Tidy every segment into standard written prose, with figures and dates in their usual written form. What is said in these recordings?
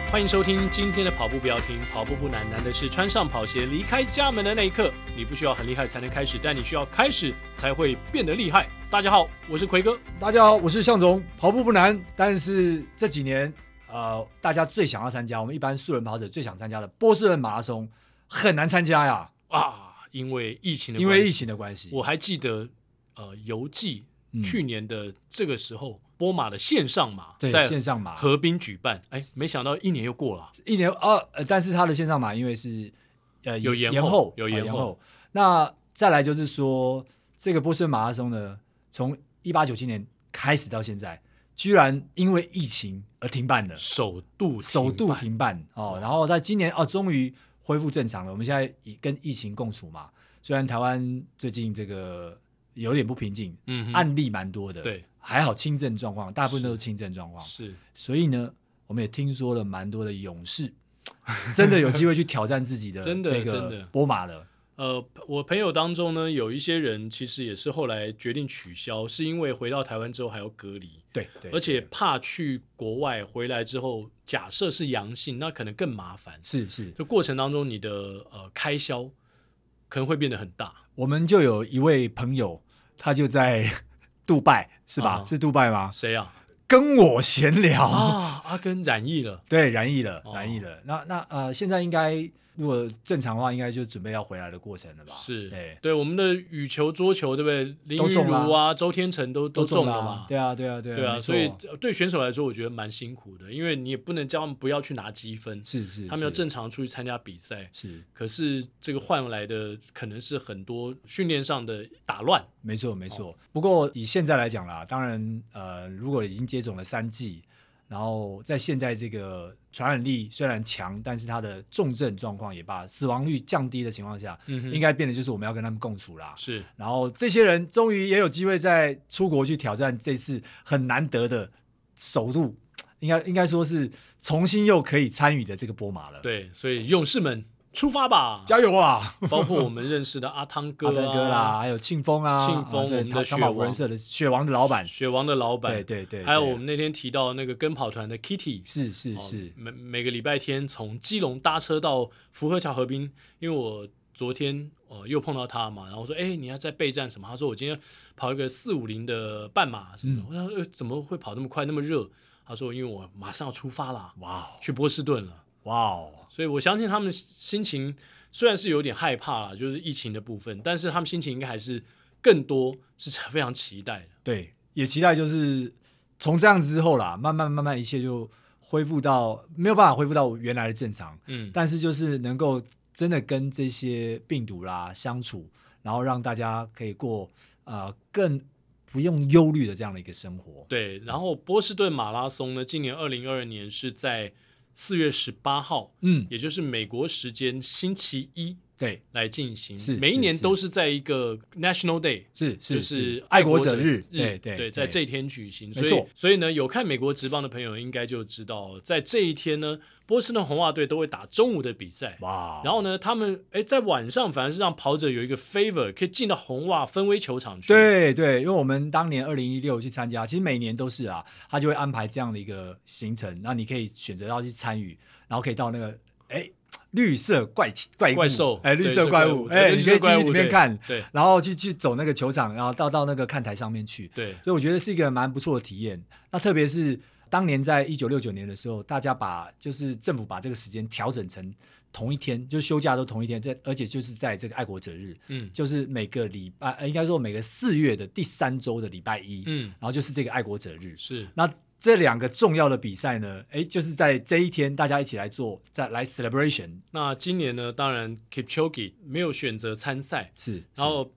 欢迎收听今天的跑步不要停，跑步不难，难的是穿上跑鞋离开家门的那一刻。你不需要很厉害才能开始，但你需要开始才会变得厉害。大家好，我是奎哥。 大家好，我是向总。跑步不难，但是这几年大家最想要参加，我们一般素人跑者最想参加的波士顿马拉松很难参加呀。 因为疫情的关系，我还记得游记去年的这个时候，波马的线上马在线上马河滨举办，没想到一年又过了。 一年但是他的线上马因为是有延后。 那再来就是说，这个波士顿马拉松呢，从1897年开始到现在，居然因为疫情而停办了， 首度停办然后在今年终于恢复正常了。我们现在跟疫情共处嘛，虽然台湾最近这个有点不平静，案例蛮多的， 对， 还好轻症状况，大部分都是轻症状况， 是。 所以呢，我们也听说了蛮多的勇士真的有机会去挑战自己的这个波马了。 我朋友当中呢，有一些人其实也是后来决定取消，是因为回到台湾之后还要隔离， 对， 而且怕去国外回来之后，假设是阳性，那可能更麻烦， 是， 就过程当中你的开销可能会变得很大。 我们就有一位朋友，他就在杜拜，是吧？是杜拜吗？ 谁啊？ 跟我闲聊阿根染疫了， 对，染疫了。那现在应该如果正常的话，应该就准备要回来的过程了吧？ 是，对，我们的羽球、桌球，对不对？林昀儒啊、周天成都中了嘛？ 对啊， 所以对选手来说，我觉得蛮辛苦的，因为你也不能叫他们不要去拿积分， 是， 他们要正常出去参加比赛， 是。 可是这个换来的可能是很多训练上的打乱。 没错。不过以现在来讲啦，当然如果已经接种了3剂。然后在现在这个传染力虽然强，但是它的重症状况也罢，死亡率降低的情况下，应该变得就是我们要跟他们共处啦。 是， 然后这些人终于也有机会再出国去挑战这次很难得的首度，应该说是重新又可以参与的这个波马了。 对，所以勇士们出发吧， 加油啊！ 包括我们认识的阿汤哥啦，还有庆丰我们的汤宝福人社的雪王的老板， 对，还有我们那天提到那个跟跑团的 Kitty， 是， 每个礼拜天从基隆搭车到福和桥河滨，因为我昨天又碰到他嘛，然后我说你要在备战什么？他说我今天跑一个450的半马什么的。我想怎么会跑那么快那么热？他说因为我马上要出发了，去波士顿了。所以我相信他们心情虽然是有点害怕啦，就是疫情的部分，但是他们心情应该还是更多是非常期待的。 对，也期待就是从这样子之后啦，慢慢一切就恢复到没有办法恢复到原来的正常，但是就是能够真的跟这些病毒啦相处，然后让大家可以过更不用忧虑的这样的一个生活。 对，然后波士顿马拉松呢，今年2022年是在4月18号，也就是美国时间星期一， 对， 来进行。每一年都是在一个 National Day， 就是爱国者日， 对，在这一天举行。 没错， 所以呢，有看美国职棒的朋友应该就知道，在这一天呢，波士顿红袜队都会打中午的比赛。然后呢，他们在晚上反而是让跑者有一个 favor， 可以进到红袜分威球场去。 对，因为我们当年2016去参加，其实每年都是他就会安排这样的一个行程，那你可以选择要去参与，然后可以到那个绿色怪兽，绿色怪物，你可以进去里面看， 对， 然后去走那个球场，然后到那个看台上面去， 对， 所以我觉得是一个蛮不错的体验。那特别是当年在1969年的时候，大家就是政府把这个时间调整成同一天，就休假都同一天，而且就是在这个爱国者日，就是每个礼拜，应该说每个4月的第3周的礼拜一，然后就是这个爱国者日， 是那。这2个重要的比赛呢，就是在这一天大家一起来做，来 celebration。 那今年呢，当然 Kipchoge 没有选择参赛， 是， 然后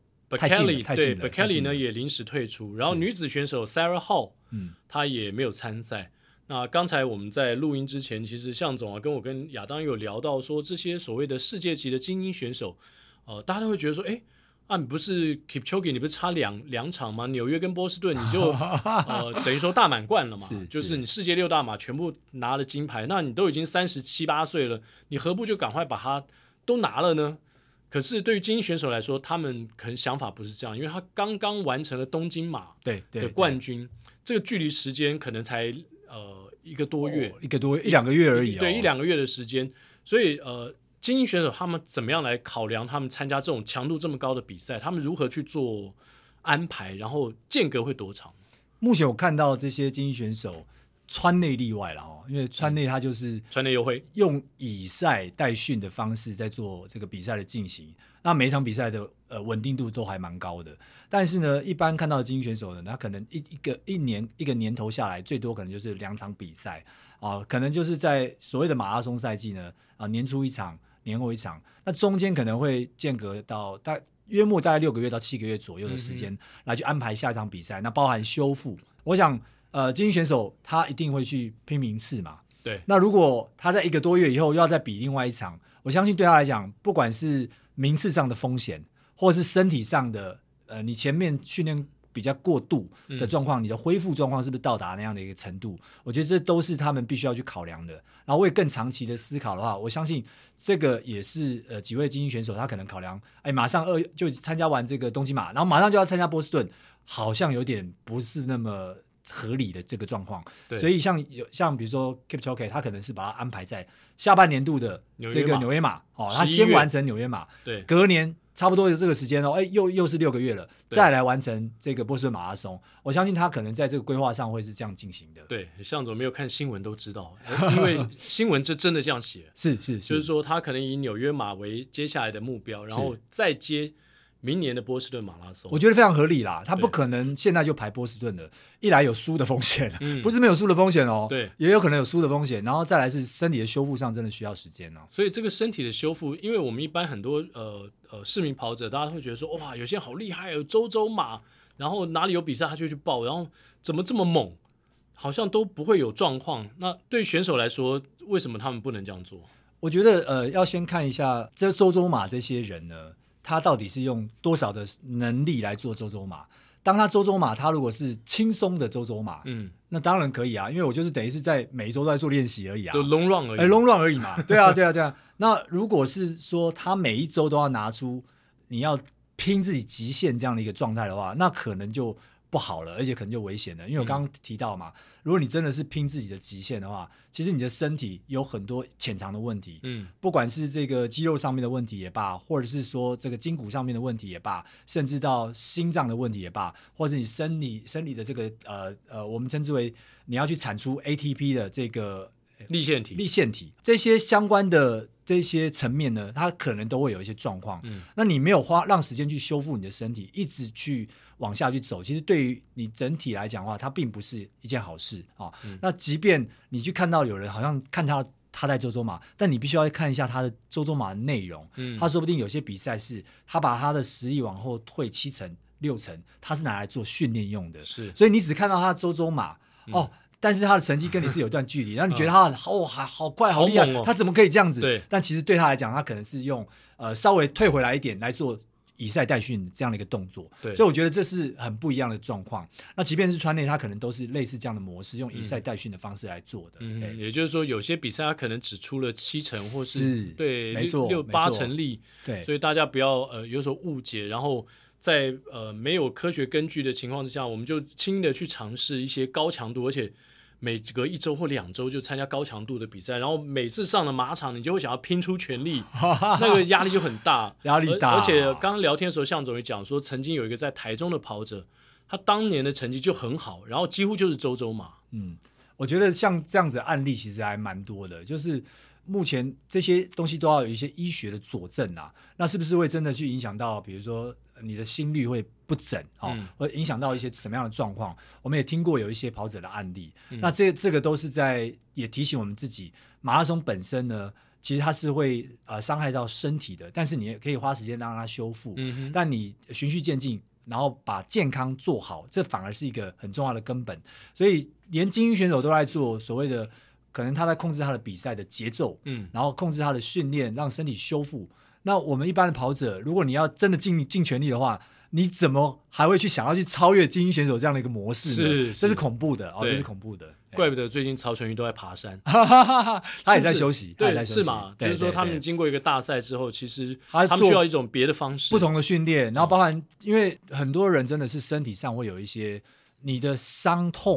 Bekele 呢也临时退出，然后女子选手 Sarah Hall，她也没有参赛。那刚才我们在录音之前，其实向总跟我跟亚当有聊到说，这些所谓的世界级的精英选手，大家都会觉得说，你不是 Kipchoge， 你不是差两场吗？纽约跟波士顿你就等于说大满贯了嘛，就是你世界6大马全部拿了金牌，那你都已经37、8岁了，你何不就赶快把它都拿了呢？可是对于精英选手来说，他们可能想法不是这样，因为他刚刚完成了东京马的冠军，这个距离时间可能才 1个多月， 一两个月而已， 对，1-2个月的时间。所以精英选手他们怎么样来考量他们参加这种强度这么高的比赛？他们如何去做安排？然后间隔会多长？ 目前我看到这些精英选手川内例外了因为川内他就是川内优辉用以赛代训的方式在做这个比赛的进行，那每一场比赛的稳定度都还蛮高的。但是呢，一般看到的精英选手呢，他可能一个年头下来，最多可能就是2场比赛可能就是在所谓的马拉松赛季呢年初1场，年后1场，那中间可能会间隔到约莫大概6个月到7个月左右的时间来去安排下一场比赛，那包含修复。我想精英选手他一定会去拼名次嘛， 对。 那如果他在1个多月以后又要再比另外1场，我相信对他来讲，不管是名次上的风险，或是身体上的你前面训练比较过度的状况，你的恢复状况是不是到达那样的一个程度，我觉得这都是他们必须要去考量的。然后为更长期的思考的话，我相信这个也是几位精英选手他可能考量马上就参加完这个东京马，然后马上就要参加波士顿，好像有点不是那么合理的这个状况。所以像比如说 Kipchoge 他可能是把它安排在下半年度的这个纽约马他先完成纽约马， 对， 隔年差不多有这个时间又是6个月了，再来完成这个波士顿马拉松。我相信他可能在这个规划上会是这样进行的。 对，向总没有看新闻都知道，因为新闻就真的这样写， 是， 就是说他可能以纽约马为接下来的目标，然后再接明年的波士顿马拉松。 我觉得非常合理啦，他不可能现在就排波士顿的，一来有输的风险，不是没有输的风险对， 也有可能有输的风险，然后再来是身体的修复上真的需要时间所以这个身体的修复，因为我们一般很多市民跑者，大家会觉得说哇，有些好厉害，有州马，然后哪里有比赛他就去报，然后怎么这么猛，好像都不会有状况。那对选手来说，为什么他们不能这样做？ 我觉得要先看一下这州马这些人呢，他到底是用多少的能力来做州马。当他州马他如果是轻松的州马，那当然可以因为我就是等于是在每一周都在做练习而已就 long run 而已 ，long run 而已嘛。对啊。那如果是说他每一周都要拿出你要拼自己极限这样的一个状态的话，那可能就不好了，而且可能就危险了。因为我刚刚提到嘛，如果你真的是拼自己的极限的话，其实你的身体有很多潜藏的问题，不管是这个肌肉上面的问题也罢，或者是说这个筋骨上面的问题也罢，甚至到心脏的问题也罢，或者是你生理的这个我们称之为你要去产出 ATP 的这个粒线体这些相关的这些层面呢，它可能都会有一些状况。那你没有让时间去修复你的身体，一直去往下去走，其实对于你整体来讲的话，它并不是一件好事那即便你去看到有人好像看他在州马，但你必须要看一下他的州马的内容。他说不定有些比赛是他把他的实力往后退7成6成，他是拿来做训练用的。 是， 所以你只看到他的州马但是他的成绩跟你是有段距离，然后你觉得他好快好厉害他怎么可以这样子？ 对， 但其实对他来讲，他可能是用稍微退回来一点来做以赛代训这样的一个动作。 对， 所以我觉得这是很不一样的状况。那即便是川内，他可能都是类似这样的模式，用以赛代训的方式来做的。 也就是说，有些比赛他可能只出了7成，或是对没错 6-8成力。 对， 所以大家不要有所误解，然后在没有科学根据的情况之下，我们就轻易的去尝试一些高强度，而且每隔1周或2周就参加高强度的比赛，然后每次上了马场，你就会想要拼出全力，那个压力就很大， 压力大。 而且刚刚聊天的时候，向总也讲说，曾经有一个在台中的跑者，他当年的成绩就很好，然后几乎就是州马。 我觉得像这样子的案例其实还蛮多的，就是目前这些东西都要有一些医学的佐证那是不是会真的去影响到，比如说你的心率会不整会影响到一些什么样的状况？我们也听过有一些跑者的案例，那这个都是也提醒我们自己，马拉松本身呢，其实它是会伤害到身体的，但是你也可以花时间让它修复，但你循序渐进，然后把健康做好，这反而是一个很重要的根本。所以连精英选手都在做所谓的，可能他在控制他的比赛的节奏，然后控制他的训练，让身体修复。那我们一般的跑者，如果你要真的尽全力的话，你怎么还会去想要去超越精英选手这样的一个模式呢？这是恐怖的这是恐怖的。 怪不得最近曹纯瑜都在爬山， 他也在休息， 对，是嘛？就是说他们经过一个大赛之后，其实他们需要一种别的方式， 不同的训练，然后包含因为很多人真的是身体上会有一些你的伤痛，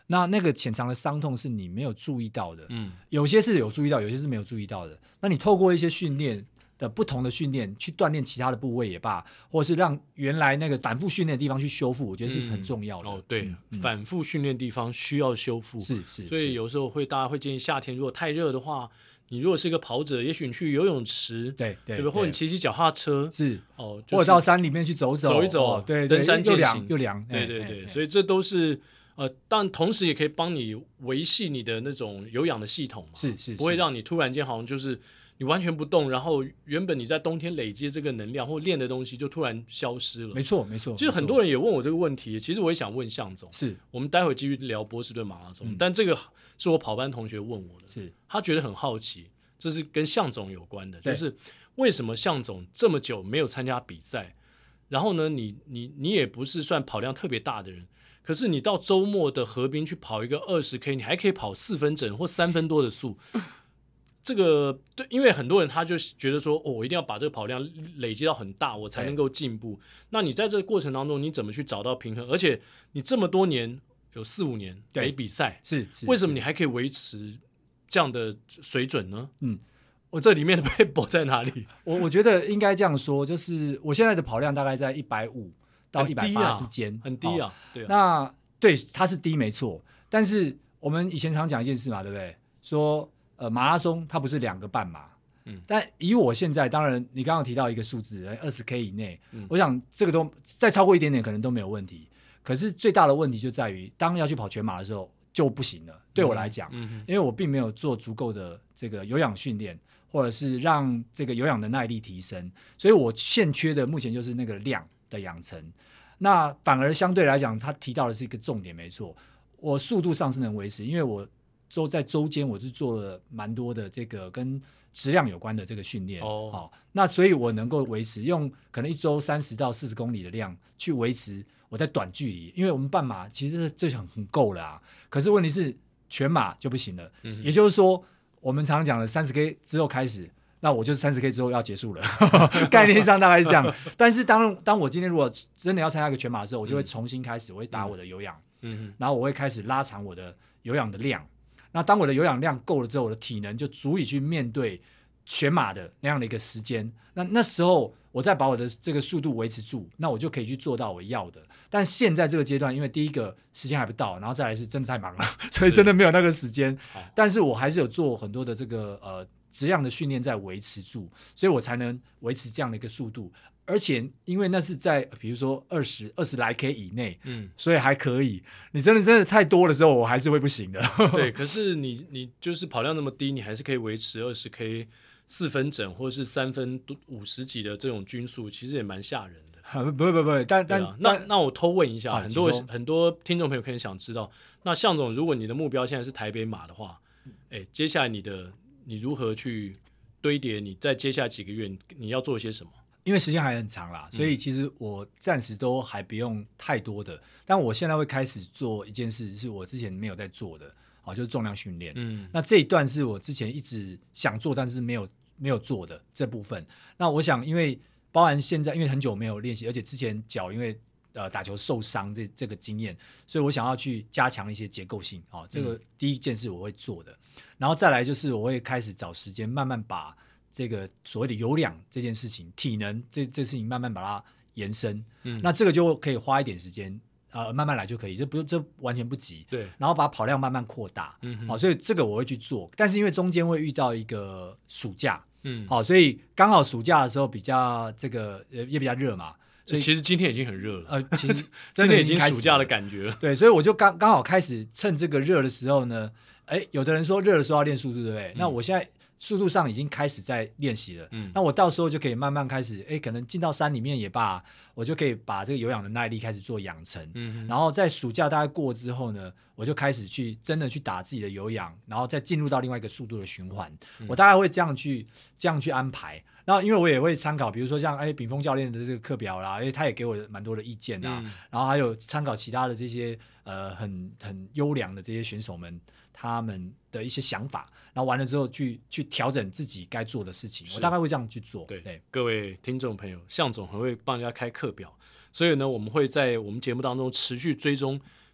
那个潜藏的伤痛是你没有注意到的，有些是有注意到，有些是没有注意到的。那你透过一些训练的不同的训练去锻炼其他的部位也罢，或者是让原来那个反复训练的地方去修复，我觉得是很重要的。 对，反复训练地方需要修复， 是， 所以有时候大家会建议夏天如果太热的话，你如果是一个跑者，也许你去游泳池，对吧？或者你骑骑脚踏车， 是或者到山里面去走一走， 对， 登山健行又凉， 对，所以这都是但同时也可以帮你维系你的那种有氧的系统嘛， 是不会让你突然间好像就是你完全不动，然后原本你在冬天累积这个能量或练的东西就突然消失了。 没错。 其实很多人也问我这个问题，其实我也想问象总， 是我们待会继续聊波士顿马拉松，但这个是我跑班同学问我的， 是他觉得很好奇，这是跟象总有关的，就是为什么象总这么久没有参加比赛，然后呢，你也不是算跑量特别大的人，可是你到周末的河滨去跑一个20K， 你还可以跑4分整或3分多的速。这个对，因为很多人他就觉得说，我一定要把这个跑量累积到很大，我才能够进步。那你在这个过程当中，你怎么去找到平衡？而且你这么多年有4-5年没比赛， 是为什么你还可以维持这样的水准呢？我这里面的配搏在哪里？ 我觉得应该这样说，就是我现在的跑量大概在150到180之间， 很低啊。对啊， 那对它是低没错，但是我们以前常讲一件事嘛，对不对？说马拉松它不是2个半马，但以我现在，当然你刚刚提到一个数字20K 以内，我想这个都再超过一点点可能都没有问题。可是最大的问题就在于，当要去跑全马的时候就不行了。对我来讲，因为我并没有做足够的这个有氧训练，或者是让这个有氧的耐力提升，所以我欠缺的目前就是那个量的养成。那反而相对来讲，他提到的是一个重点，没错，我速度上是能维持，因为我在周间我是做了蛮多的这个跟质量有关的这个训练那所以我能够维持用可能1周30到40公里的量去维持我在短距离，因为我们半马其实这很够了啊，可是问题是全马就不行了，也就是说我们常讲的30K 之后开始，那我就是 30K 之后要结束了概念上大概是这样但是当我今天如果真的要参加一个全马的时候，我就会重新开始，我会打我的有氧然后我会开始拉长我的有氧的量，那当我的有氧量够了之后，我的体能就足以去面对全马的那样的一个时间，那时候我再把我的这个速度维持住，那我就可以去做到我要的。但现在这个阶段，因为第一个时间还不到，然后再来是真的太忙了所以真的没有那个时间，但是我还是有做很多的这个质量的训练在维持住，所以我才能维持这样的一个速度。而且因为那是在比如说20来 K 以内所以还可以。你真的太多的时候我还是会不行的对，可是你就是跑量那么低，你还是可以维持20K 4分整或是3分50几的这种均速，其实也蛮吓人的不，但那我偷问一下，很多听众朋友可能想知道，那象总，如果你的目标现在是台北马的话接下来你如何去堆叠你在接下来几个月你要做些什么？ 因为时间还很长啦，所以其实我暂时都还不用太多的，但我现在会开始做一件事，是我之前没有在做的就是重量训练那这一段是我之前一直想做但是没有做的这部分。那我想因为包含现在因为很久没有练习，而且之前脚因为打球受伤这个经验，所以我想要去加强一些结构性这个第一件事我会做的。然后再来就是我会开始找时间慢慢把这个所谓的有氧这件事情，体能这事情慢慢把它延伸那这个就可以花一点时间慢慢来就可以，这完全不急。 对， 然后把跑量慢慢扩大所以这个我会去做，但是因为中间会遇到一个暑假所以刚好暑假的时候比较这个也比较热嘛，所以其实今天已经很热了其实真的已经暑假的感觉了。 对，所以我就刚好开始趁这个热的时候呢有的人说热的时候要练速度，对不对那我现在速度上已经开始在练习了那我到时候就可以慢慢开始可能进到山里面也罢，我就可以把这个有氧的耐力开始做养成然后在暑假大概过之后呢，我就开始去真的去打自己的有氧，然后再进入到另外一个速度的循环我大概会这样去安排。然后因为我也会参考比如说像炳峰教练的这个课表啦，因为他也给我蛮多的意见然后还有参考其他的这些很优良的这些选手们他们的一些想法，然后完了之后去调整自己该做的事情，我大概会这样去做。 对，各位听众朋友，象总很会帮人家开课表，所以呢我们会在我们节目当中持续追踪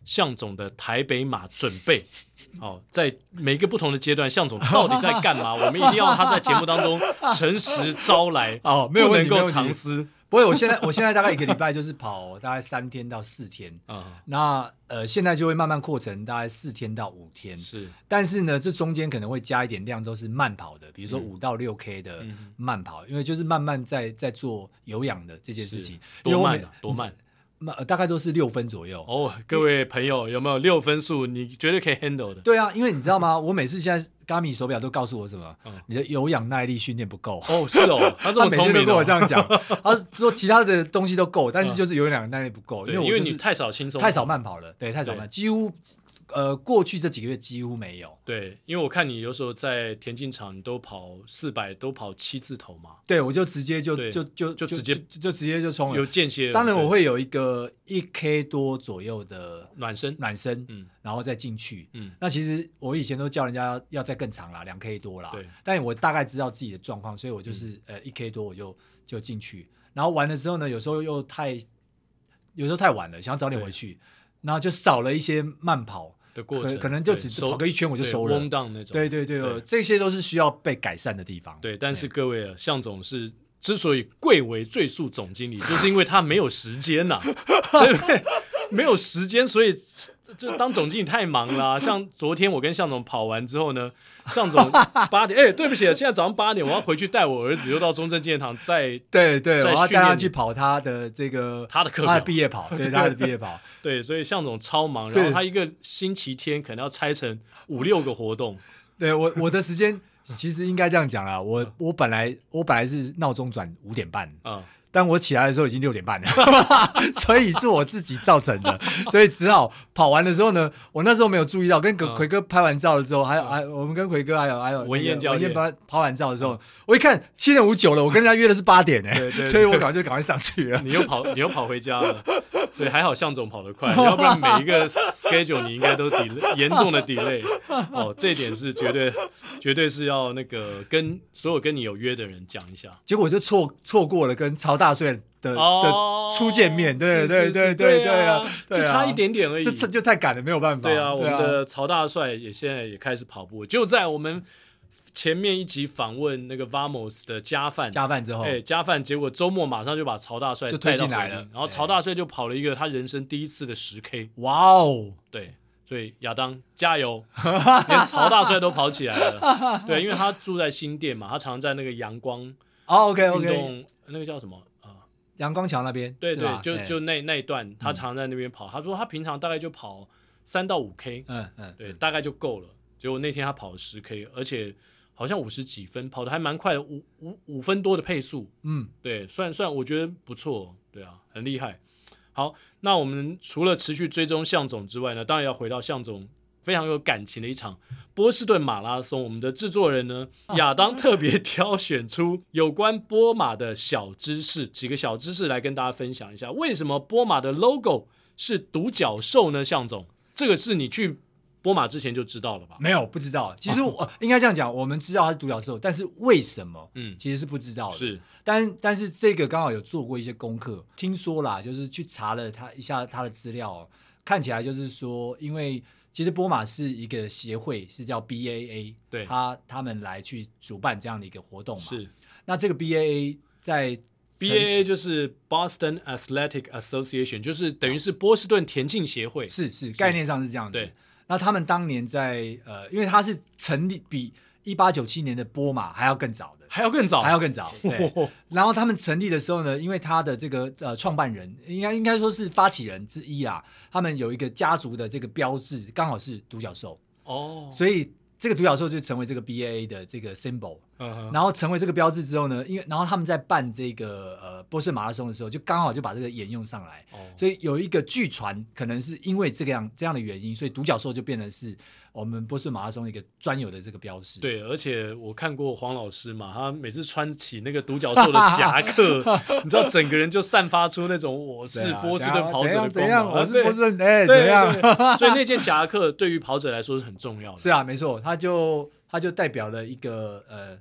象总的台北马准备。在每个不同的阶段，象总到底在干嘛？我们一定要他在节目当中诚实招来， 没有问题， 不能够藏私。 不过我现在大概一个礼拜就是跑大概3天到4天，那现在就会慢慢扩成大概4天到5天， 是。 但是呢，这中间可能会加一点量，都是慢跑的，比如说5到6K 的慢跑，因为就是慢慢在做有氧的这件事情。 多慢啊？多慢？ 大概都是6分左右。 各位朋友，有没有6分速？你绝对可以 handle 的。 对啊，因为你知道吗？我每次现在 Garmin 手表都告诉我什么？你的有氧耐力训练不够。 是哦，他这么聪明， 他每天都跟我这样讲。他说其他的东西都够，但是就是有氧耐力不够， 因为你太少轻松， 太少慢跑了，对，太少慢，几乎。过去这几个月几乎没有。 对，因为我看你有时候在田径场你都跑400，都跑7字头嘛。 对，我就直接就直接就冲了， 有间歇。 当然我会有一个1K 多左右的暖身， 然后再进去。那其实我以前都叫人家要再更长啦，2K 多啦。 对， 但我大概知道自己的状况，所以我就是1K 多我就进去，然后完了之后呢，有时候太晚了，想要早点回去，然后就少了一些慢跑的过程，可能就只跑个1圈我就收了， warm down那种。 对，这些都是需要被改善的地方。 对，但是各位象总是之所以贵为最速总经理，就是因为他没有时间呐，对不对？没有时间，所以就当总经理太忙了。像昨天我跟象总跑完之后呢，象总8点，对不起，现在早上8点，我要回去带我儿子又到中正纪念堂， 对，我要带他去跑他的这个他的课表， 他的毕业跑，对他的毕业跑。 对，所以象总超忙，然后他一个星期天可能要拆成5-6个活动。 对，我的时间其实应该这样讲啦，我本来是闹钟转5点半，但我起来的时候已经6点半了，所以是我自己造成的，所以只好跑完的时候呢，我那时候没有注意到，跟奎哥拍完照的时候，还有我们跟奎哥还有文彦教练拍完照的时候，我一看7点59了，我跟人家约的是8点对， 所以我赶快上去了。 你又跑回家了，所以还好象总跑得快，要不然每一个 schedule 你应该都 delay 严重的 delay。这一点是绝对是要那个跟所有跟你有约的人讲一下。 结果就错过了跟曹大帅的初见面，对啊， 就差一点点而已， 这就太赶了，没有办法。 对啊，我们的曹大帅现在也开始跑步，就在我们前面一集访问那个 Vamos 的加范之后， 加范，结果周末马上就把曹大帅就推进来了， 然后曹大帅就跑了一个他人生第一次的10K， 哇哦， 对。所以亚当加油，连曹大帅都跑起来了。对，因为他住在新店嘛，他常在那个阳光 OK 运动那个叫什么阳光桥那边， 对，就那一段，他常在那边跑。他说他平常大概就跑3到5K，对，大概就够了。结果那天他跑了10K，而且好像50几分，跑得还蛮快的，5分多的配速，对，算我觉得不错，对啊，很厉害。好，那我们除了持续追踪象总之外呢，当然要回到象总非常有感情的一场波士顿马拉松。我们的制作人呢，亚当特别挑选出有关波马的小知识，几个小知识来跟大家分享一下。为什么波马的 logo 是独角兽呢？象总，这个是你去波马之前就知道了吧？ 没有，不知道。其实我应该这样讲，我们知道它是独角兽，但是为什么？其实是不知道的。 是， 但是这个刚好有做过一些功课，听说啦，就是去查了一下他的资料，看起来就是说，因为其实波马是一个协会，是叫 BAA， 对， 他们来去主办这样的一个活动嘛。 是， 那这个 BAA 在 BAA 就是 Boston Athletic Association， 就是等于是波士顿田径协会， 是概念上是这样子。 对。 那他们当年在因为他是成立比1897年的波马还要更早的， 还要更早， 对。然后他们成立的时候呢，因为他的这个创办人应该说是发起人之一啊，他们有一个家族的这个标志刚好是独角兽所以这个独角兽就成为这个 BAA 的这个 symbol，然后成为这个标志之后呢，然后他们在办这个波士顿马拉松的时候，就刚好就把这个沿用上来，所以有一个据传，可能是因为这样的原因，所以独角兽就变成是我们波士顿马拉松一个专有的这个标识。 对，而且我看过黄老师嘛，他每次穿起那个独角兽的夹克，你知道整个人就散发出那种我是波士顿跑者的光芒， 我是波士顿，怎样？ 所以那件夹克对于跑者来说是很重要的。 是啊，没错，他就代表了一个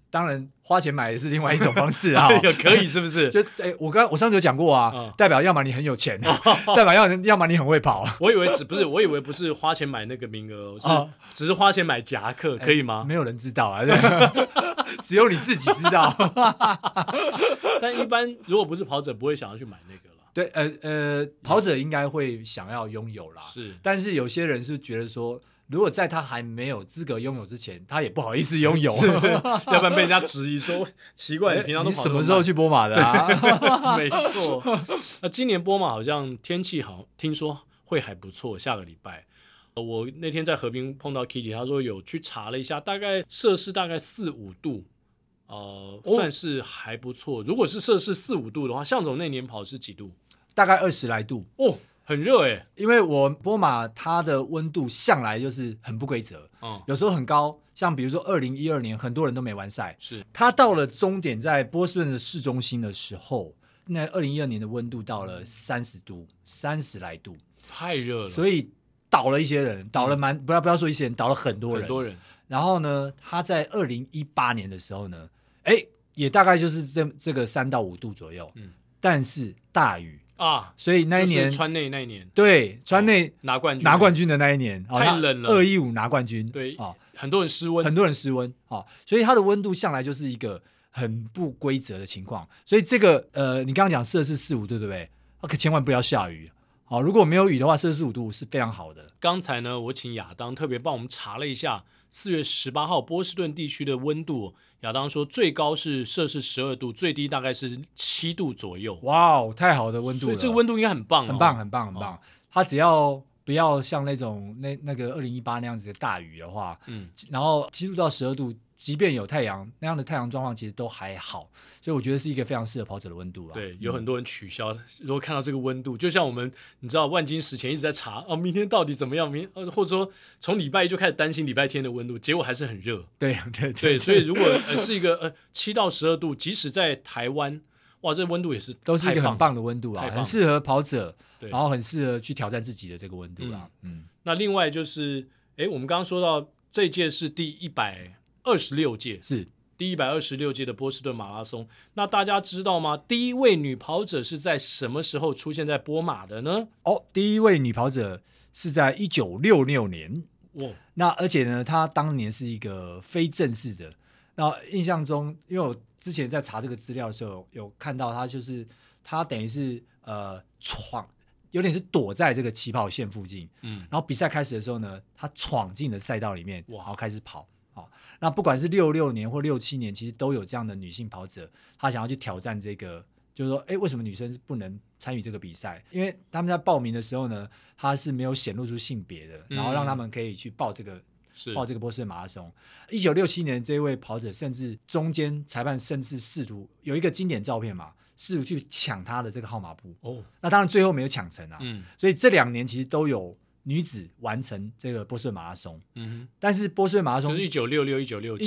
当然花钱买也是另外一种方式啊， 可以是不是？ 就我上次有讲过啊，代表要么你很有钱，代表要么你很会跑。 我以为不是花钱买那个名额，只是花钱买夹克，可以吗？ 没有人知道啊，只有你自己知道。 但一般如果不是跑者，不会想要去买那个了。 对，跑者应该会想要拥有啦， 是， 但是有些人是觉得说，如果在他还没有资格拥有之前，他也不好意思拥有， 要不然被人家质疑说奇怪，你平常都跑什么时候去波马的啊？没错。那今年波马好像天气好，听说会还不错，下个礼拜。我那天在河滨碰到 Kitty， 他说有去查了一下，大概摄氏大概4-5度，算是还不错。如果是摄氏4-5度的话，向总那年跑是几度？ 大概20来度哦。很热耶， 因为我波马它的温度向来就是很不规则，有时候很高，像比如说2012年很多人都没完赛， 是它到了终点在波士顿的市中心的时候，那2012年的温度到了30度，30来度， 太热了， 所以倒了一些人，倒了不要说一些人，倒了很多人。然后呢，他在2018年的时候呢，也大概就是这个3到5度左右，但是大雨。所以那一年、 就是川内那一年， 对，川内拿冠军的那一年， 太冷了 ，215拿冠军， 对，很多人失温， 所以它的温度向来就是一个很不规则的情况。所以这个你刚刚讲摄氏4-5度，对不对？可千万不要下雨。如果没有雨的话，摄氏5度是非常好的。 刚才呢，我请亚当特别帮我们查了一下4月18号波士顿地区的温度。亚当说最高是摄氏12度，最低大概是7度左右。 哇，太好的温度了！ 所以这个温度应该很棒， 很棒。它只要不要像那种那个2018那样子的大雨的话，然后7度到12度，即便有太阳，那样的太阳状况其实都还好，所以我觉得是一个非常适合跑者的温度。 对，有很多人取消，如果看到这个温度，就像我们你知道万金石前一直在查明天到底怎么样，或者说从礼拜一就开始担心礼拜天的温度，结果还是很热。对，所以如果是一个7到12度，即使在台湾，哇，这温度也是都是一个很棒的温度啊，很适合跑者，然后很适合去挑战自己的这个温度啦。 那另外就是我们刚刚说到这一届是第126届， 是第126届的波士顿马拉松。那大家知道吗？第一位女跑者是在什么时候出现在波马的呢？ 第一位女跑者是在1966年。那而且呢，她当年是一个非正式的。那印象中，因为我之前在查这个资料的时候，有看到她就是她等于是有点是躲在这个起跑线附近，然后比赛开始的时候呢，她闯进了赛道里面，然后开始跑。那不管是66年或67年，其实都有这样的女性跑者，她想要去挑战这个，就是说，为什么女生是不能参与这个比赛？因为他们在报名的时候呢，她是没有显露出性别的，然后让他们可以去报这个波士顿马拉松。1967年这位跑者，甚至中间裁判甚至试图有一个经典照片嘛，试图去抢她的这个号码布。那当然最后没有抢成啊。所以这2年其实都有女子完成这个波士顿马拉松，但是波士顿马拉松就是1966、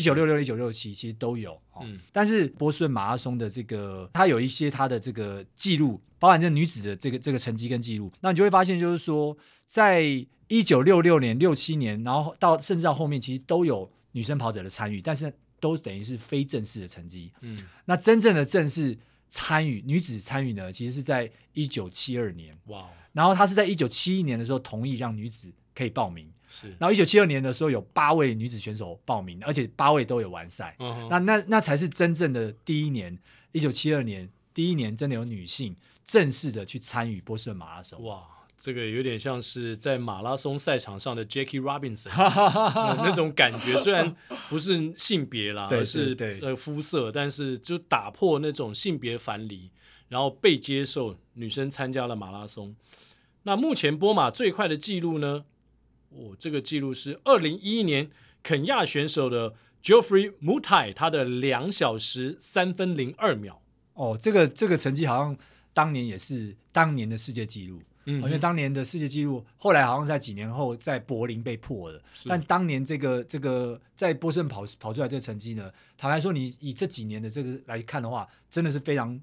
1967其实都有，但是波士顿马拉松的这个它有一些它的这个记录，包含这女子的这个成绩跟记录，那你就会发现就是说，在1966年、67年，然后甚至到后面，其实都有女生跑者的参与，但是都等于是非正式的成绩。那真正的正式女子参与呢，其实是在1972年。然后他是在1971年的时候同意让女子可以报名，然后1972年的时候有8位女子选手报名，而且8位都有完赛。那才是真正的第一年，1972年第一年真的有女性正式的去参与波士顿马拉松。 哇，这个有点像是在马拉松赛场s上的 Jackie Robinson 那种感觉，虽然不是性别啦，而是肤色，但是就打破那种性别樊篱，然后被接受，女生参加了马拉松。那目前波马最快的记录呢？这个记录是2011年肯亚选手的 Geoffrey Mutai， 他的2小时3分02秒。 这个成绩好像当年也是当年的世界纪录。因为当年的世界纪录后来好像在几年后在柏林被破了，但当年这个在波士顿跑出来这个成绩呢，坦白说你以这几年的这个来看的话，真的是非常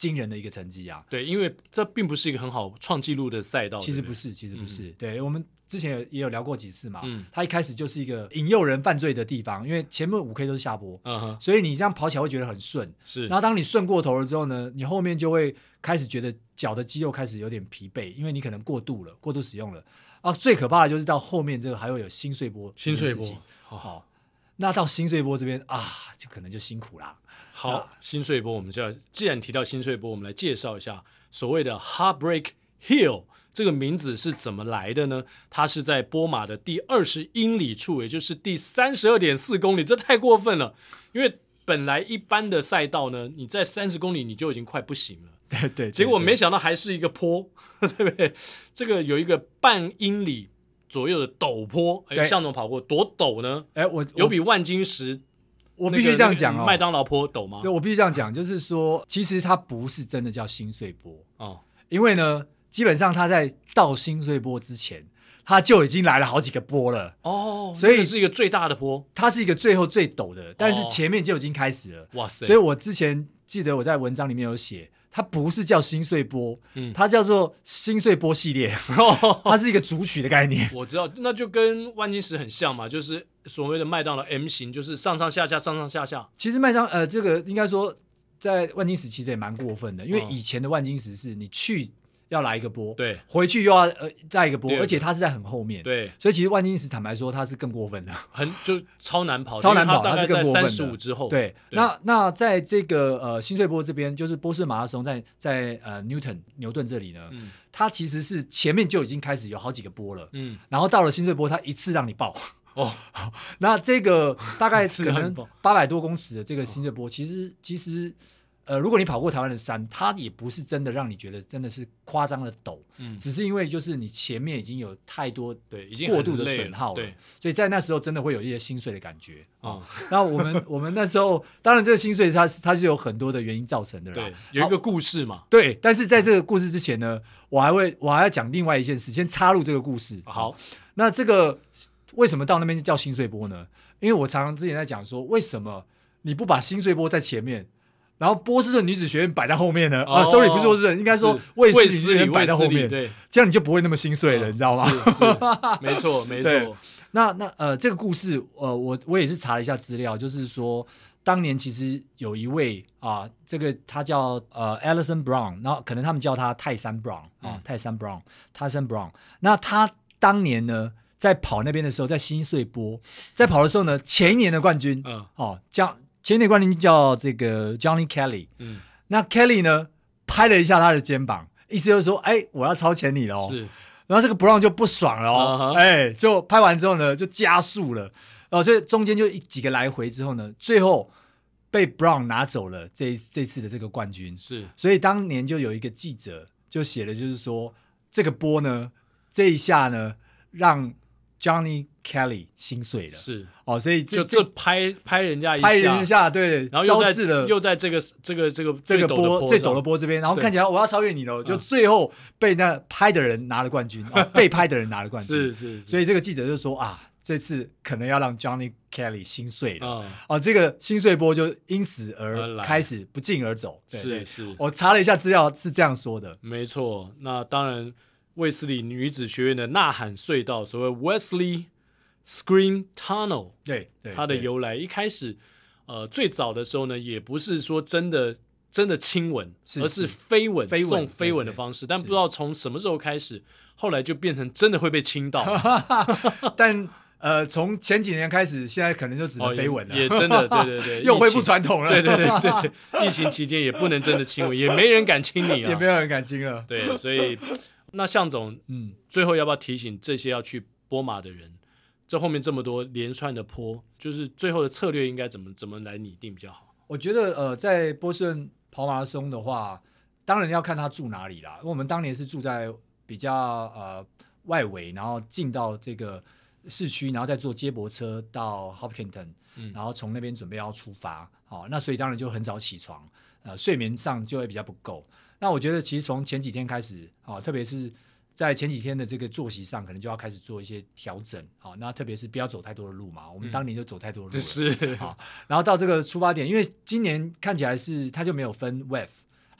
惊人的一个成绩啊。 对，因为这并不是一个很好创纪录的赛道， 其实不是，对，我们之前也有聊过几次嘛。它一开始就是一个引诱人犯罪的地方，因为前面5K 都是下坡，所以你这样跑起来会觉得很顺。 是， 然后当你顺过头了之后呢，你后面就会开始觉得脚的肌肉开始有点疲惫，因为你可能过度使用了。最可怕的就是到后面这个还会有心碎波，那到心碎波这边就可能就辛苦啦。 好，心碎波，我们既然提到心碎波，我们来介绍一下所谓的 Heartbreak Hill 这个名字是怎么来的呢？它是在波马的第20英里处，也就是第32.4公里，这太过分了。因为本来一般的赛道呢，你在30公里你就已经快不行了， 对， 结果没想到还是一个坡，对不对？这个有一个半英里左右的陡坡，向总跑过多陡呢？有比万金石， 我必须这样讲麦当劳坡陡吗？ 对，我必须这样讲，就是说，其实它不是真的叫心碎波因为呢，基本上它在到心碎波之前，它就已经来了好几个波了所以是一个最大的坡， 它是一个最后最陡的，但是前面就已经开始了。 哇塞！ 所以我之前记得我在文章里面有写。它不是叫心碎波，它叫做心碎波系列，它是一个组曲的概念。 我知道，那就跟万金石很像嘛，就是所谓的麦当劳 M 型，就是上上下下，上上下下。 其实这个应该说在万金石其实也蛮过分的，因为以前的万金石是你去要来一个波， 对， 回去又要再一个波，而且它是在很后面， 对， 所以其实万金石坦白说它是更过分的， 就超难跑， 它是更过分的 ，35之后， 对。那在这个心碎波这边，就是波士顿马拉松在牛顿这里呢，它其实是前面就已经开始有好几个波了，然后到了心碎波，它一次让你爆。那这个大概可能800多公尺的这个心碎波，其实如果你跑过台湾的山，它也不是真的让你觉得真的是夸张的陡，只是因为就是你前面已经有太多已经过度的损耗了，所以在那时候真的会有一些心碎的感觉那我们那时候当然这个心碎它是有很多的原因造成的啦， 对，有一个故事嘛， 对。但是在这个故事之前呢，我还要讲另外一件事，先插入这个故事。 好， 那这个为什么到那边叫心碎波呢？因为我常常之前在讲说，为什么你不把心碎波在前面？然后波士顿女子学院摆在后面呢？Sorry， 不是波士顿，应该说卫斯理女子学院摆在后面， 对， 这样你就不会那么心碎了，你知道吗？ 是没错。 那这个故事，我也是查了一下资料，就是说当年其实有一位这个他叫Alison Brown， 然后可能他们叫他泰山 Brown 泰山 Brown。那他当年呢，在跑那边的时候，在心碎波在跑的时候呢，前一年的冠军前一年冠军叫这个 Johnny Kelly，那 Kelly 呢拍了一下他的肩膀，意思就是说，我要超前你了是， 然后这个 Brown 就不爽了就拍完之后呢，就加速了，所以中间就几个来回之后呢，最后被 Brown 拿走了这次的这个冠军， 是，所以当年就有一个记者就写了，就是说这个波呢，这一下呢，让Johnny Kelly 心碎了， 是所以这拍人家一下，对， 然后又在这个波最陡的波这边，然后看起来我要超越你了，就最后被那拍的人拿了冠军，被拍的人拿了冠军， 是， 所以这个记者就说这次可能要让 Johnny Kelly 心碎了，这个心碎波就因此而开始不胫而走， 是， 我查了一下资料是这样说的， 没错，那当然。卫斯理女子学院的呐喊隧道，所谓 Wesley Scream Tunnel， 对， 它的由来一开始，最早的时候呢，也不是说真的亲吻，而是飞吻送飞吻的方式，但不知道从什么时候开始，后来就变成真的会被亲到， 但从前几年开始，现在可能就只能飞吻了， 也真的对， 又恢复传统了， 对，疫情期间也不能真的亲吻，也没人敢亲你也没有人敢亲了， 对，所以。那向总，最后要不要提醒这些要去波马的人，这后面这么多连串的坡，就是最后的策略应该怎么来拟定比较好？ 我觉得在波士顿跑马拉松的话，当然要看他住哪里啦。因为我们当年是住在比较外围，然后进到这个市区，然后再坐接驳车到 Hopkinton，然后从那边准备要出发。那所以当然就很早起床，睡眠上就会比较不够。那我觉得其实从前几天开始特别是在前几天的这个作息上，可能就要开始做一些调整那特别是不要走太多的路嘛，我们当年就走太多的路了， 是然后到这个出发点，因为今年看起来是它就没有分 WEF，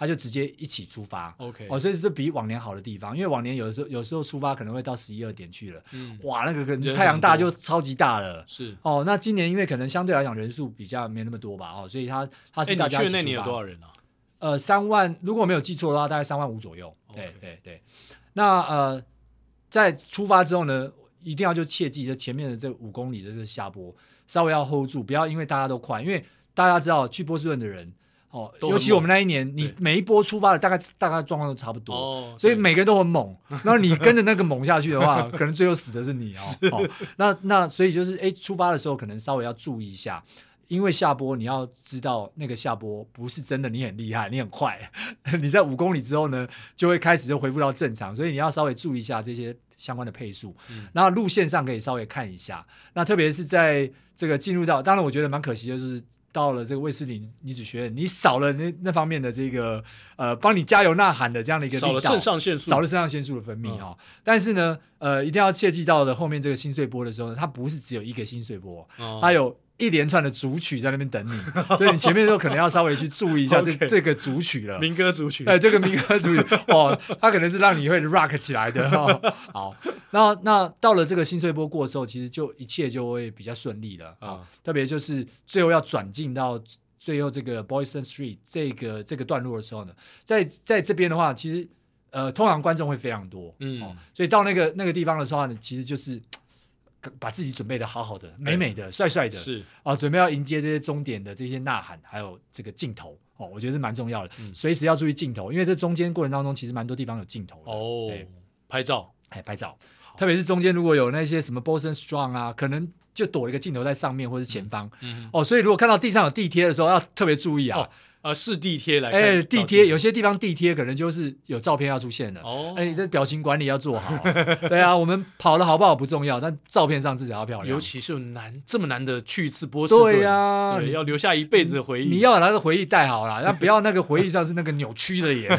他就直接一起出发。 OK， 所以是比往年好的地方，因为往年有时候出发可能会到11、2点去了，哇，那个太阳大就超级大了。 是那今年因为可能相对来讲人数比较没那么多吧，所以他是大家一起出发。 你去那年有多少人啊 ？3万，如果没有记错的话，大概3万5左右。对。那在出发之后呢，一定要就切记，就前面的这5公里的这个下坡，稍微要 hold 住，不要因为大家都快，因为大家知道去波士顿的人。尤其我们那一年，你每一波出发的大概状况都差不多，所以每个人都很猛。然后你跟着那个猛下去的话，可能最后死的是你那所以就是出发的时候可能稍微要注意一下，因为下坡你要知道那个下坡不是真的你很厉害，你很快，你在5公里之后呢就会开始就恢复到正常，所以你要稍微注意一下这些相关的配速。然后路线上可以稍微看一下，那特别是在这个进入到，当然我觉得蛮可惜的就是到了这个卫斯理女子学院，你少了那方面的这个帮你加油呐喊的这样的一个力道， 少了肾上腺素的分泌但是呢一定要切记到的后面这个心碎波的时候呢，它不是只有一个心碎波，它有一连串的主曲在那边等你，所以你前面就可能要稍微去注意一下这个主曲了， 民歌主曲。 这个民歌主曲它可能是让你会 rock 起来的好，那到了这个心碎波过之后，其实就一切就会比较顺利了特别就是最后要转进到最后这个 Boylston Street 这个段落的时候呢，在这边的话，其实通常观众会非常多，所以到那个地方的时候呢，其实就是把自己准备的好好的、美美的、帅帅的， 是准备要迎接这些终点的这些呐喊，还有这个镜头我觉得是蛮重要的，随时要注意镜头，因为这中间过程当中其实蛮多地方有镜头的拍照， 特别是中间如果有那些什么 Boston Strong 啊，可能就躲一个镜头在上面或是前方，所以如果看到地上有地贴的时候要特别注意是地贴来看， 地贴有些地方地贴可能就是有照片要出现的你的表情管理要做好对啊，我们跑的好不好不重要，但照片上至少要漂亮， 尤其是这么难得去一次波士顿， 对啊， 对，要留下一辈子的回忆， 你要把那个回忆带好啦，但不要那个回忆上是那个扭曲的耶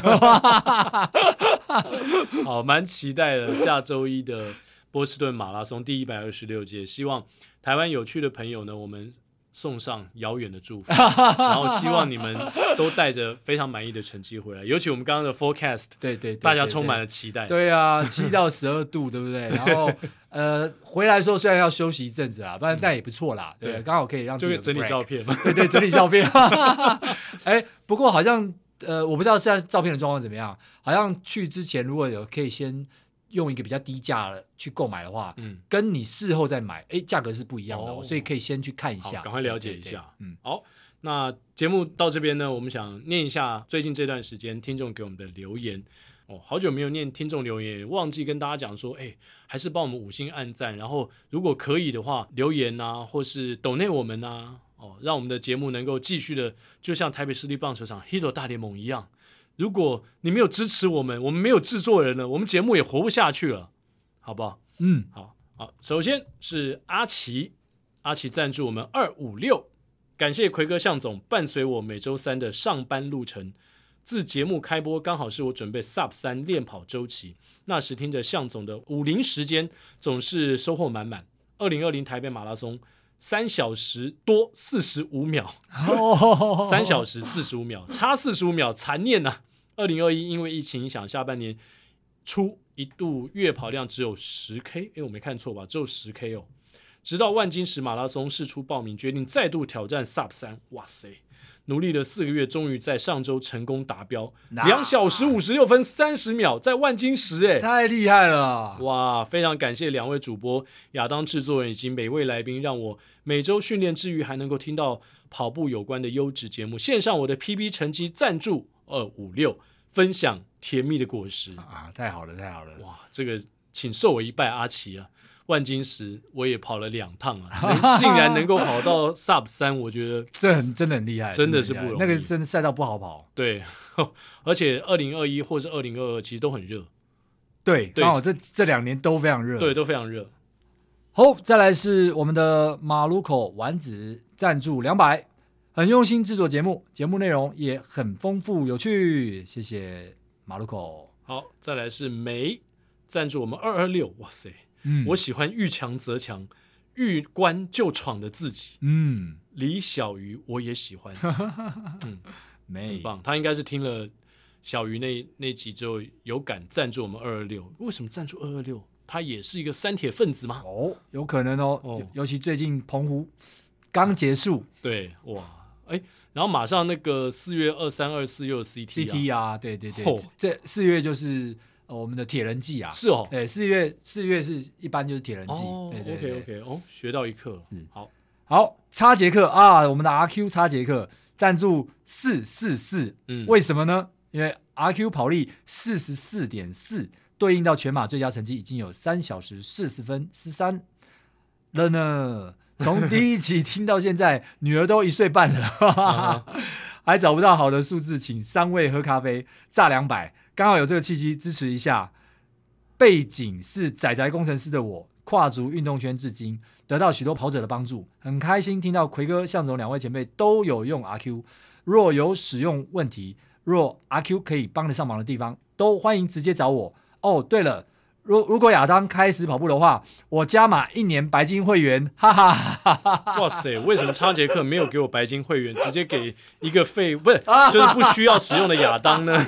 好，蛮期待的下周一的波士顿马拉松第126届，希望台湾有趣的朋友呢，我们送上遥远的祝福然后希望你们都带着非常满意的成绩回来，尤其我们刚刚的 forecast 对， 大家充满了期待， 对啊，7到12度对不对？然后回来的时候虽然要休息一阵子啦，但也不错啦，对，刚好可以让自己就整理照片嘛对，整理照片不过好像我不知道现在照片的状况怎么样，好像去之前如果有可以先用一个比较低价的去购买的话，跟你事后再买价格是不一样的所以可以先去看一下， 赶快了解一下。好，那节目到这边呢，我们想念一下最近这段时间听众给我们的留言好久没有念听众留言，忘记跟大家讲说还是帮我们5星按赞，然后如果可以的话留言啊，或是抖内我们啊让我们的节目能够继续的就像台北市立棒球场 Hito 大联盟一样，如果你没有支持我们没有制作人了，我们节目也活不下去了，好不好？好，首先是阿奇赞助我们256，感谢奎哥向总伴随我每周3的上班路程，自节目开播刚好是我准备 Sub3 练跑周期，那时听着向总的50时间总是收获满满。2020台北马拉松3小时多45秒3小时45秒差45秒，残念啊。2021因为疫情影响，下半年初一度月跑量只有 10K， 我没看错吧，只有 10K 直到万金石马拉松释出报名，决定再度挑战 Sub3， 哇塞，努力了4个月，终于在上周成功达标，2小时56分30秒，在万金石太厉害了哇！非常感谢2位主播亚当制作人以及每位来宾，让我每周训练之余还能够听到跑步有关的优质节目，献上我的 PB 成绩赞助256，分享甜蜜的果实太好了哇！这个请受我一拜阿奇啊，万金石我也跑了2趟竟然能够跑到 Sub3， 我觉得真的很厉害， 真的是不容易， 那个真的赛道不好跑， 对而且2021或是2022其实都很热， 对，刚好这2年都非常热， 对，都非常热。 好，再来是我们的马路口丸子赞助200，很用心制作节目，节目内容也很丰富有趣，谢谢马路口。 好，再来是梅赞助我们226，哇塞，我喜欢遇强则强，遇关就闯的自己，李小鱼我也喜欢， 梅很棒，他应该是听了小鱼那集之后有敢赞助我们226，为什么赞助226？他也是一个三铁分子吗？ 有可能尤其最近澎湖刚结束， 对，哇，然后马上那个4月23、24又有 CT 啊，对，这4月就是我们的铁人季啊， 是哦， 对，4月是一般就是铁人季， 对 OK， 学到一课了， 好，叉杰克啊，我们的 RQ 叉杰克赞助444，为什么呢？因为 RQ 跑力44.4，对应到全马最佳成绩已经有3小时40分13了呢。从第一期听到现在，女儿都1岁半了，还找不到好的数字，请3位喝咖啡，炸200，刚好有这个契机支持一下。背景是宅宅工程师的我，跨足运动圈至今，得到许多跑者的帮助，很开心听到奎哥、向总2位前辈都有用 RQ， 若有使用问题，若 RQ 可以帮得上忙的地方，都欢迎直接找我。对了，如果亚当开始跑步的话，我加码1年白金会员，哈哈哈哈！ 哇塞，为什么叉杰克没有给我白金会员，直接给一个就是不需要使用的亚当呢？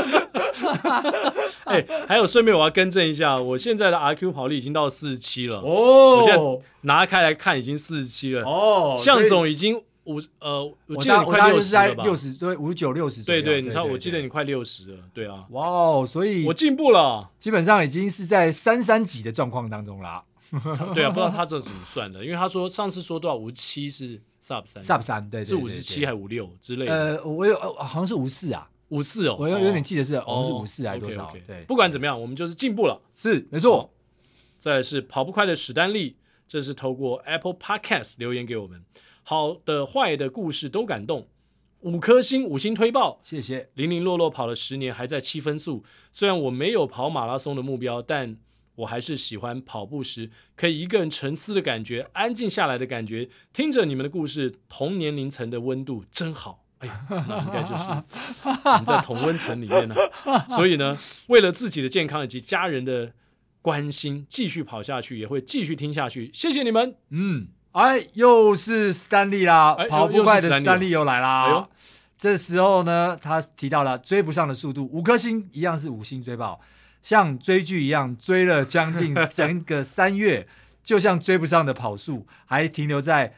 还有顺便我要更正一下，我现在的 RQ 跑力已经到47了我现在拿开来看已经47了向总已经我记得你快60了吧 ？60对59、60 对，你知道我记得你快60了，对啊， 哇所以我进步了， 基本上已经是在33级的状况当中啦。 对啊，不知道他这怎么算的，因为他说上次说多少57是 sub 3， 对， 是57还56之类的。 我有好像是54啊 ，54哦， 我有点记得是好像是54还是多少？对， 不管怎么样，我们就是进步了， 是没错。 再来是跑不快的史丹利，这是透过 Apple Podcast 留言给我们，好的坏的故事都感动，5颗星5星推爆， 谢谢。 零零落落跑了10年，还在7分速。虽然我没有跑马拉松的目标，但我还是喜欢跑步时可以一个人沉思的感觉，安静下来的感觉，听着你们的故事，同年龄层的温度真好。哎呀，那应该就是我们在同温层里面呢。所以呢，为了自己的健康以及家人的关心，继续跑下去，也会继续听下去。谢谢你们。 又是史丹利啦，跑不快的史丹利又来啦。这时候呢，他提到了追不上的速度，5颗星一样是5星追爆，像追剧一样追了将近整个3月，就像追不上的跑速，还停留在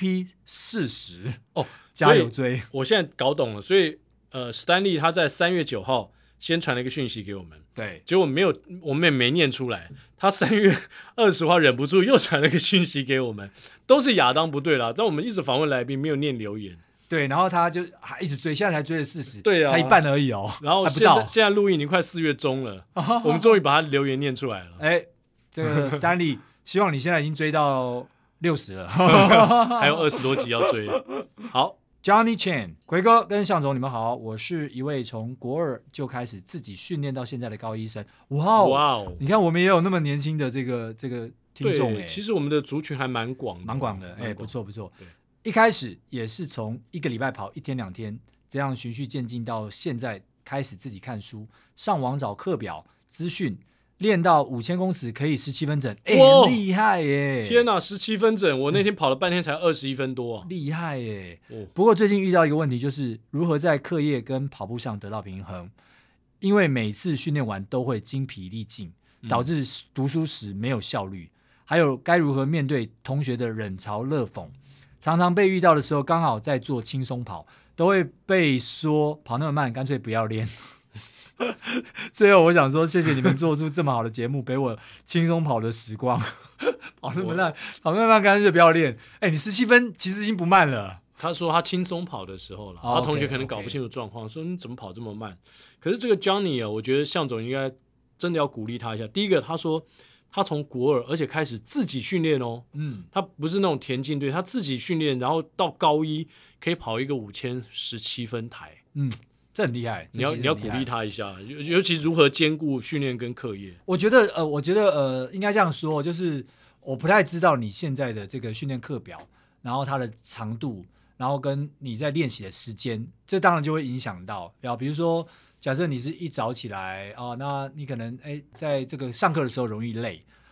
EP40加油追！ 我现在搞懂了，所以史丹利他在3月9号先传了一个讯息给我们， 对， 结果我们也没念出来。他3月20号忍不住又传了个讯息给我们，都是亚当不对啦，但我们一直访问来宾没有念留言， 对，然后他就还一直追，现在才追了40， 对啊， 才一半而已然后现在录音已经快4月中了，我们终于把他留言念出来了。 这个史丹利，希望你现在已经追到60了， 还有20多集要追。好。 Johnny Chan， 奎哥跟向总，你们好，我是一位从国2就开始自己训练到现在的高1生。哇，你看我们也有那么年轻的这个听众其实我们的族群还蛮广的，不错。一开始也是从1个礼拜跑1天2天，这样循序渐进到现在开始自己看书，上网找课表资讯。练到5000公尺可以17分整，很厉害耶！ 天哪，17分整！我那天跑了半天才21分多啊， 厉害耶！不过最近遇到一个问题，就是如何在课业跟跑步上得到平衡，因为每次训练完都会精疲力尽，导致读书时没有效率，还有该如何面对同学的冷嘲热讽，常常被遇到的时候刚好在做轻松跑，都会被说跑那么慢，干脆不要练。最后我想说，谢谢你们做出这么好的节目，陪我轻松跑的时光。跑那么慢，干脆不要练。你17分其实已经不慢了。 他说他轻松跑的时候了，他同学可能搞不清楚状况，说你怎么跑这么慢？可是这个 Johnny 我觉得向总应该真的要鼓励他一下。第一个，他说他从国2而且开始自己训练他不是那种田径队，他自己训练，然后到高1可以跑一个5000 17分台， 这很厉害， 你要鼓励他一下，尤其如何兼顾训练跟课业。 我觉得应该这样说，就是我不太知道你现在的这个训练课表，然后它的长度，然后跟你在练习的时间，这当然就会影响到。比如说，假设你是一早起来那你可能在这个上课的时候容易累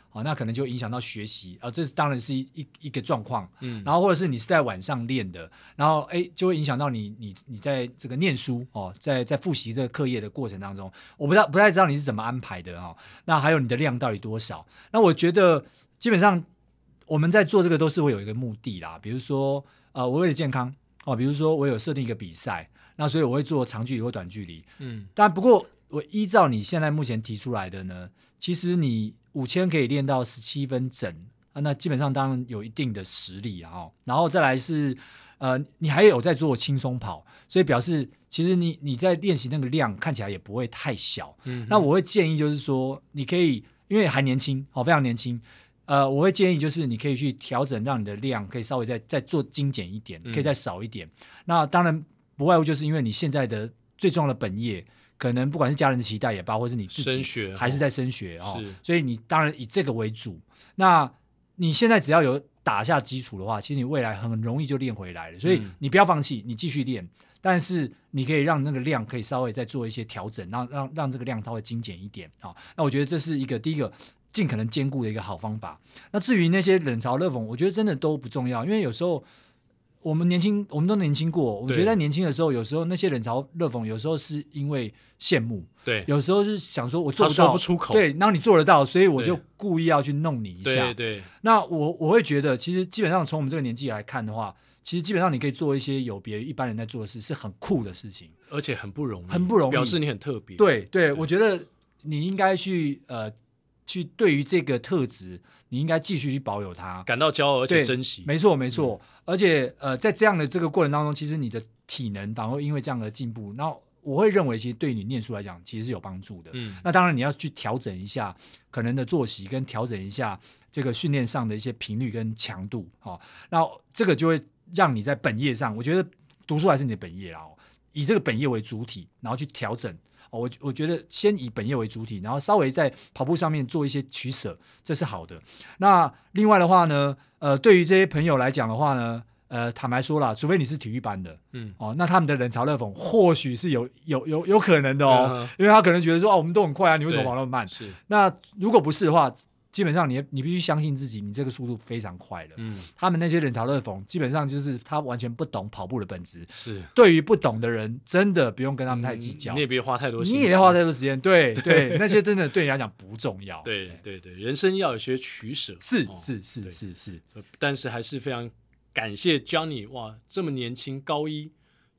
那可能就影响到学习这当然是一个状况。然后或者是你是在晚上练的，然后就会影响到你在这个念书在复习这个课业的过程当中，我不太知道你是怎么安排的那还有你的量到底多少？那我觉得基本上我们在做这个都是会有一个目的啦，比如说我为了健康比如说我有设定一个比赛，那所以我会做长距离或短距离。但不过我依照你现在目前提出来的呢，其实你5000可以练到17分整那基本上当然有一定的实力然后再来是你还有在做轻松跑，所以表示其实你在练习那个量看起来也不会太小。那我会建议就是说你可以因为还年轻非常年轻我会建议就是你可以去调整，让你的量可以稍微再做精简一点，可以再少一点。那当然不外乎就是因为你现在的最重要的本业可能不管是家人的期待也罢，或是你自己还是在升学所以你当然以这个为主。那你现在只要有打下基础的话，其实你未来很容易就练回来了。所以你不要放弃，你继续练，但是你可以让那个量可以稍微再做一些调整，让这个量稍微精简一点那我觉得这是第一个尽可能兼顾的一个好方法。那至于那些冷嘲热讽，我觉得真的都不重要，因为有时候我们都年轻过，我们觉得在年轻的时候，有时候那些冷嘲热讽，有时候是因为羡慕， 对， 有时候是想说我做不到， 他说不出口， 对，然后你做得到，所以我就故意要去弄你一下， 对。 那我会觉得，其实基本上从我们这个年纪来看的话，其实基本上你可以做一些有别于一般人在做的事，是很酷的事情， 而且很不容易，表示你很特别。 对，我觉得你应该去对于这个特质，你应该继续去保有它， 感到骄傲而且珍惜。 没错。而且在这样的这个过程当中，其实你的体能反而会因为这样的进步，那我会认为其实对你念书来讲其实是有帮助的。那当然你要去调整一下可能的作息，跟调整一下这个训练上的一些频率跟强度那这个就会让你在本业上，我觉得读书还是你的本业啦以这个本业为主体，然后去调整我觉得先以本业为主体，然后稍微在跑步上面做一些取舍，这是好的。那另外的话呢对于这些朋友来讲的话呢坦白说啦，除非你是体育班的那他们的冷嘲热讽或许是有可能的因为他可能觉得说我们都很快你为什么跑那么慢？是。那如果不是的话，基本上你必须相信自己，你这个速度非常快了。他们那些冷嘲热讽基本上就是他完全不懂跑步的本质。是。对于不懂的人，真的不用跟他们太计较。 你也别花太多心思， 你也花太多时间。对，那些真的对你来讲不重要。 对，人生要有些取舍。 是。 但是还是非常感谢 Johnny， 哇，这么年轻，高一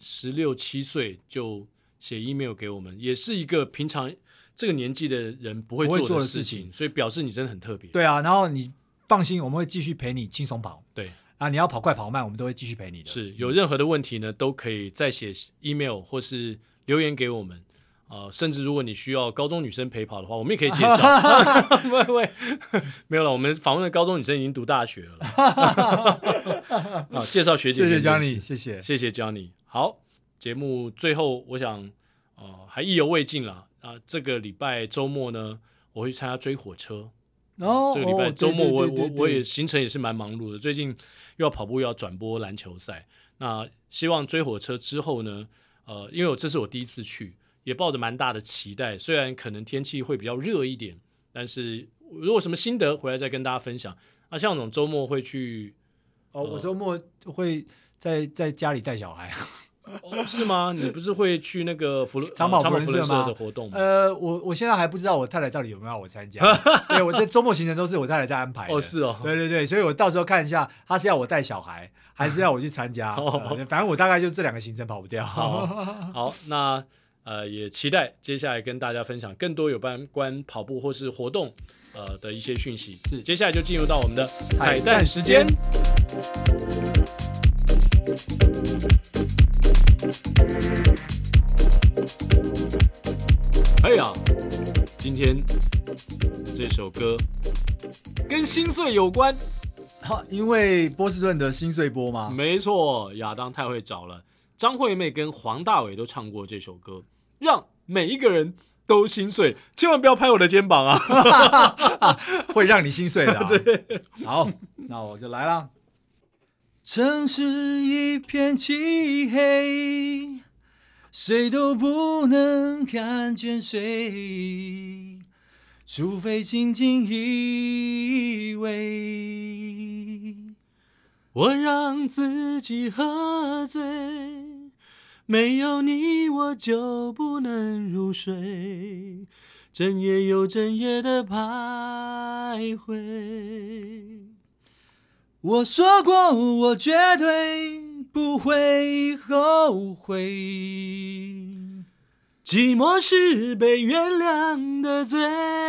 16、17岁就写 email 给我们，也是一个平常这个年纪的人不会做的事情，所以表示你真的很特别。 对啊，然后你放心，我们会继续陪你轻松跑。 对啊，你要跑快跑慢，我们都会继续陪你的。 是，有任何的问题呢，都可以再写 email 或是留言给我们。甚至如果你需要高中女生陪跑的话，我们也可以介绍。没有了，我们访问的高中女生已经读大学了。介绍学姐， 谢谢 Johnny， 谢谢 Johnny。好，节目最后我想还意犹未尽啦这个礼拜周末呢，我会去参加追火车。这个礼拜周末我也行程也是蛮忙碌的，最近又要跑步又要转播篮球赛。那希望追火车之后呢，因为这是我第一次去，也抱着蛮大的期待。虽然可能天气会比较热一点，但是如果什么心得回来再跟大家分享。像这种周末会去我周末会在家里带小孩。 是吗？你不是会去那个长跑福伦社的活动吗？ 我现在还不知道我太太到底有没有让我参加。对，我的周末行程都是我太太在安排的。 是哦。 对，所以我到时候看一下，她是要我带小孩，还是要我去参加。反正我大概就这2个行程跑不掉。 好，那也期待接下来跟大家分享更多有关跑步或是活动的一些讯息。是，接下来就进入到我们的彩蛋时间。哎呀，今天这首歌跟心碎有关。 因为波士顿的心碎波吗？ 没错，亚当太会找了。张惠妹跟黄大炜都唱过这首歌，让每一个人都心碎，千万不要拍我的肩膀啊， 会让你心碎的对， 好，那我就来了。城市一片漆黑，谁都不能看见谁， 除非轻轻依偎。 我让自己喝醉，没有你我就不能入睡，整夜又整夜的徘徊。 我说过我绝对不会后悔， 寂寞是被原谅的罪，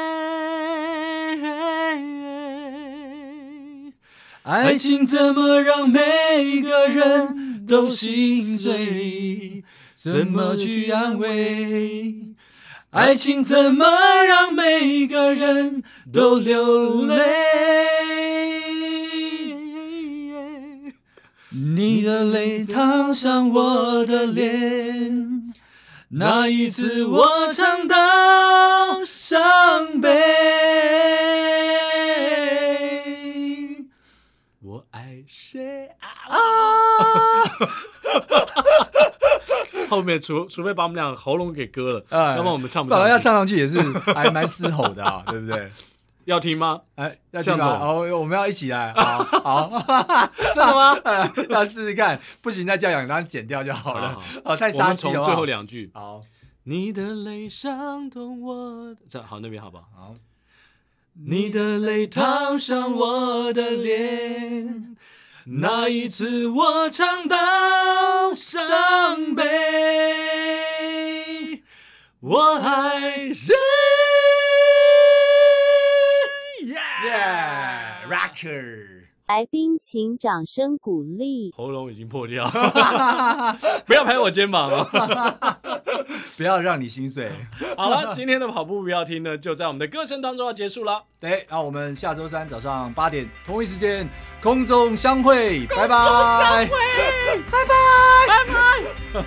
爱情怎么让每个人都心碎？怎么去安慰？爱情怎么让每个人都流泪？你的泪烫伤我的脸，那一次我尝到伤悲。 我爱谁啊？后面除非把我们俩喉咙给割了，要不然我们唱不上去。 要唱上去也是还蛮嘶吼的啊，对不对？ 要听吗？ 要听吗？我们要一起来。好， 真的吗？ 要试试看，不行再叫杨洋剪掉就好了。太杀气了。 我们从最后2句。 好， 你的泪伤痛我的，好，那边好不好？ 好。 你的泪烫伤我的脸，那一次我尝到伤悲。我爱谁 ？Yeah，rocker。 来宾请掌声鼓励。 喉咙已经破掉，不要拍我肩膀哦， 不要让你心碎。 好了，今天的跑步不要听呢，就在我们的歌声当中要结束了。 对，那我们下周3早上8点同一时间空中相会，拜拜。 拜拜。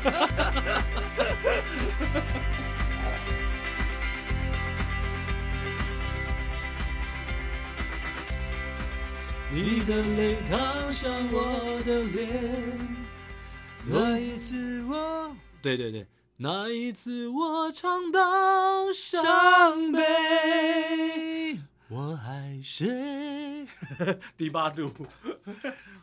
你的泪烫伤我的脸，那一次我，对，那一次我尝到伤悲。我爱谁？第8度。